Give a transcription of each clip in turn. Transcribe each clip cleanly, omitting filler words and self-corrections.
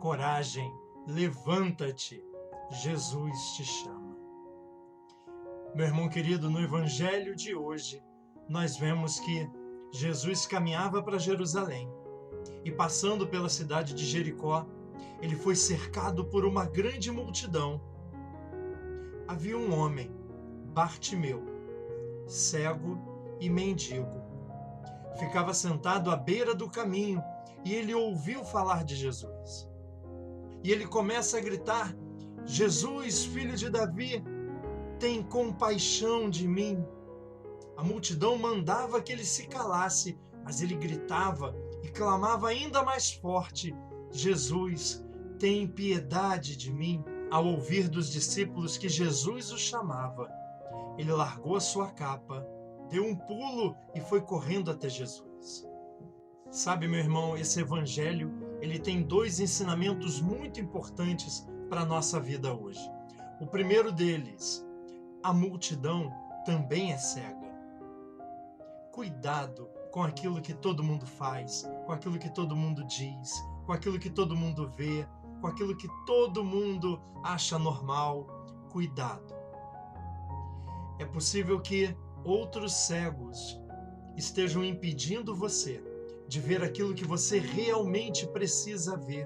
Coragem, levanta-te, Jesus te chama. Meu irmão querido, no Evangelho de hoje, nós vemos que Jesus caminhava para Jerusalém e, passando pela cidade de Jericó, ele foi cercado por uma grande multidão. Havia um homem, Bartimeu, cego e mendigo. Ficava sentado à beira do caminho e ele ouviu falar de Jesus. E ele começa a gritar: Jesus, filho de Davi, tem compaixão de mim. A multidão mandava que ele se calasse, mas ele gritava e clamava ainda mais forte: Jesus, tem piedade de mim. Ao ouvir dos discípulos que Jesus o chamava, ele largou a sua capa, deu um pulo e foi correndo até Jesus. Sabe, meu irmão, esse evangelho, ele tem dois ensinamentos muito importantes para a nossa vida hoje. O primeiro deles: a multidão também é cega. Cuidado com aquilo que todo mundo faz, com aquilo que todo mundo diz, com aquilo que todo mundo vê, com aquilo que todo mundo acha normal. Cuidado. É possível que outros cegos estejam impedindo você de ver aquilo que você realmente precisa ver.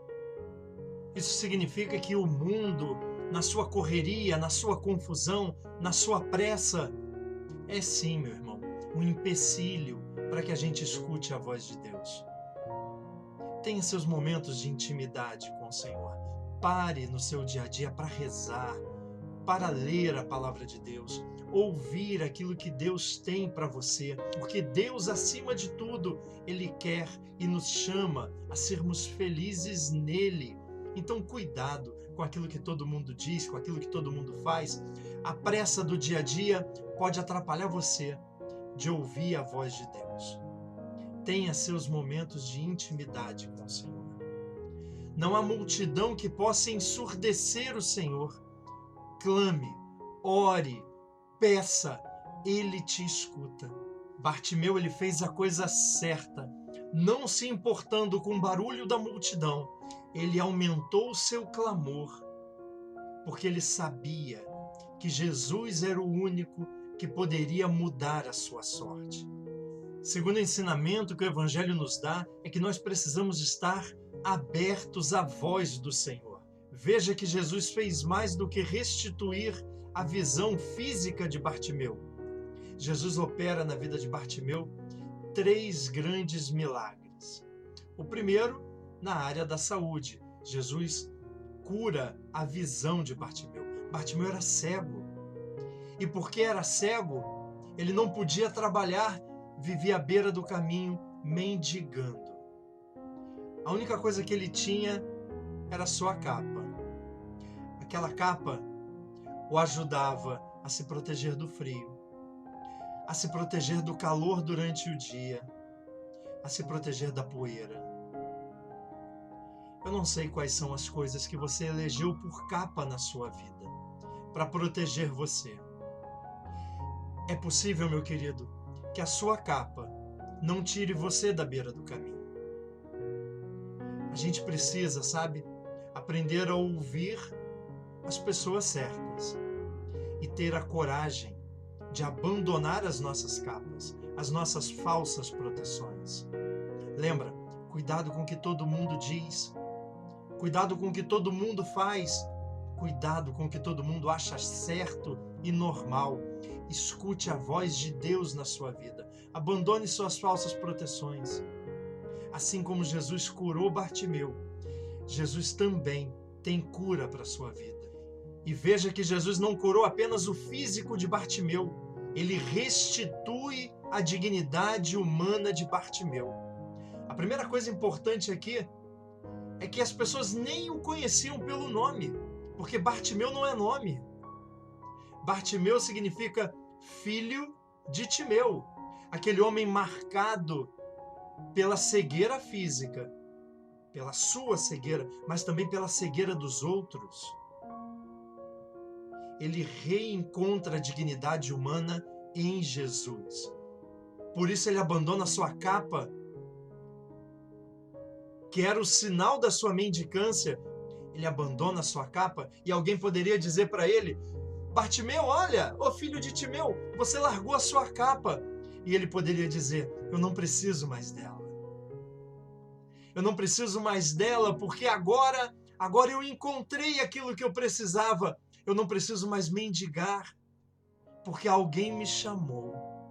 Isso significa que o mundo, na sua correria, na sua confusão, na sua pressa, é sim, meu irmão, um empecilho para que a gente escute a voz de Deus. Tenha seus momentos de intimidade com o Senhor. Pare no seu dia a dia para rezar, para ler a palavra de Deus, ouvir aquilo que Deus tem para você, porque Deus, acima de tudo, Ele quer e nos chama a sermos felizes nele. Então, cuidado com aquilo que todo mundo diz, com aquilo que todo mundo faz. A pressa do dia a dia pode atrapalhar você de ouvir a voz de Deus. Tenha seus momentos de intimidade com o Senhor. Não há multidão que possa ensurdecer o Senhor. Clame, ore, peça, Ele te escuta. Bartimeu, ele fez a coisa certa. Não se importando com o barulho da multidão, ele aumentou o seu clamor, porque ele sabia que Jesus era o único que poderia mudar a sua sorte. Segundo ensinamento que o Evangelho nos dá, é que nós precisamos estar abertos à voz do Senhor. Veja que Jesus fez mais do que restituir a visão física de Bartimeu. Jesus opera na vida de Bartimeu 3 grandes milagres. O primeiro, na área da saúde. Jesus cura a visão de Bartimeu. Bartimeu era cego. E porque era cego, ele não podia trabalhar, vivia à beira do caminho mendigando. A única coisa que ele tinha era a sua capa. Aquela capa o ajudava a se proteger do frio, a se proteger do calor durante o dia, a se proteger da poeira. Eu não sei quais são as coisas que você elegeu por capa na sua vida para proteger você. É possível, meu querido, que a sua capa não tire você da beira do caminho. A gente precisa, sabe, aprender a ouvir as pessoas certas e ter a coragem de abandonar as nossas capas, as nossas falsas proteções. Lembra, cuidado com o que todo mundo diz, cuidado com o que todo mundo faz, cuidado com o que todo mundo acha certo e normal. Escute a voz de Deus na sua vida. Abandone suas falsas proteções. Assim como Jesus curou Bartimeu, Jesus também tem cura para a sua vida. E veja que Jesus não curou apenas o físico de Bartimeu, ele restitui a dignidade humana de Bartimeu. A primeira coisa importante aqui é que as pessoas nem o conheciam pelo nome, porque Bartimeu não é nome. Bartimeu significa filho de Timeu, aquele homem marcado pela cegueira física, pela sua cegueira, mas também pela cegueira dos outros. Ele reencontra a dignidade humana em Jesus. Por isso ele abandona a sua capa, que era o sinal da sua mendicância, ele abandona a sua capa e alguém poderia dizer para ele: Bartimeu, olha, ô filho de Timeu, você largou a sua capa. E ele poderia dizer: eu não preciso mais dela. Eu não preciso mais dela porque agora eu encontrei aquilo que eu precisava. Eu não preciso mais mendigar porque alguém me chamou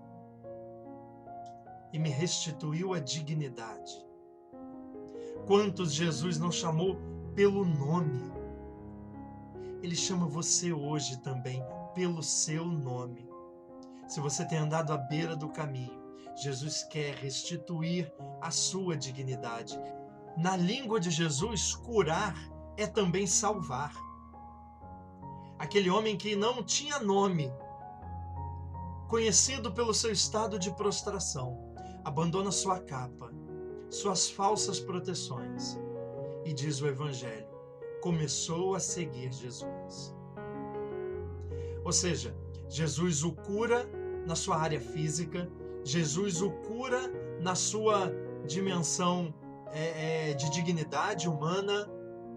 e me restituiu a dignidade. Quantos Jesus não chamou pelo nome? Ele chama você hoje também pelo seu nome. Se você tem andado à beira do caminho, Jesus quer restituir a sua dignidade. Na língua de Jesus, curar é também salvar. Aquele homem que não tinha nome, conhecido pelo seu estado de prostração, abandona sua capa, suas falsas proteções e, diz o Evangelho, começou a seguir Jesus. Ou seja, Jesus o cura na sua área física, Jesus o cura na sua dimensão de dignidade humana,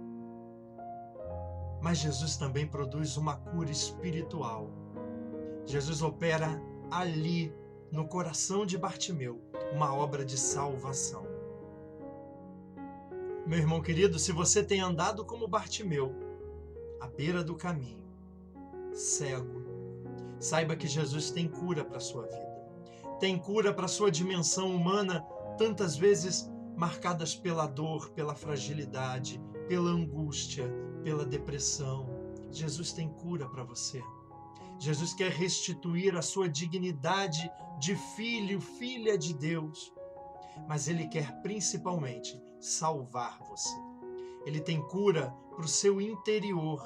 mas Jesus também produz uma cura espiritual. Jesus opera ali, no coração de Bartimeu, uma obra de salvação. Meu irmão querido, se você tem andado como Bartimeu, à beira do caminho, cego, saiba que Jesus tem cura para a sua vida. Tem cura para a sua dimensão humana, tantas vezes marcadas pela dor, pela fragilidade, pela angústia, pela depressão. Jesus tem cura para você. Jesus quer restituir a sua dignidade de filho, filha de Deus. Mas Ele quer principalmente salvar você. Ele tem cura para o seu interior.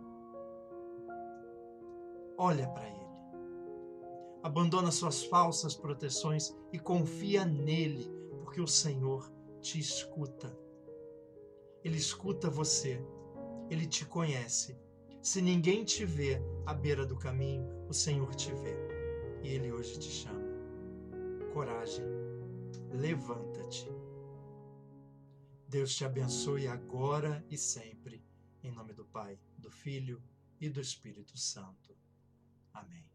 Olha para Ele. Abandona suas falsas proteções e confia nele, porque o Senhor te escuta. Ele escuta você. Ele te conhece. Se ninguém te vê à beira do caminho, o Senhor te vê. E Ele hoje te chama. Coragem. Levanta-te. Deus te abençoe agora e sempre. Em nome do Pai, do Filho e do Espírito Santo. Amém.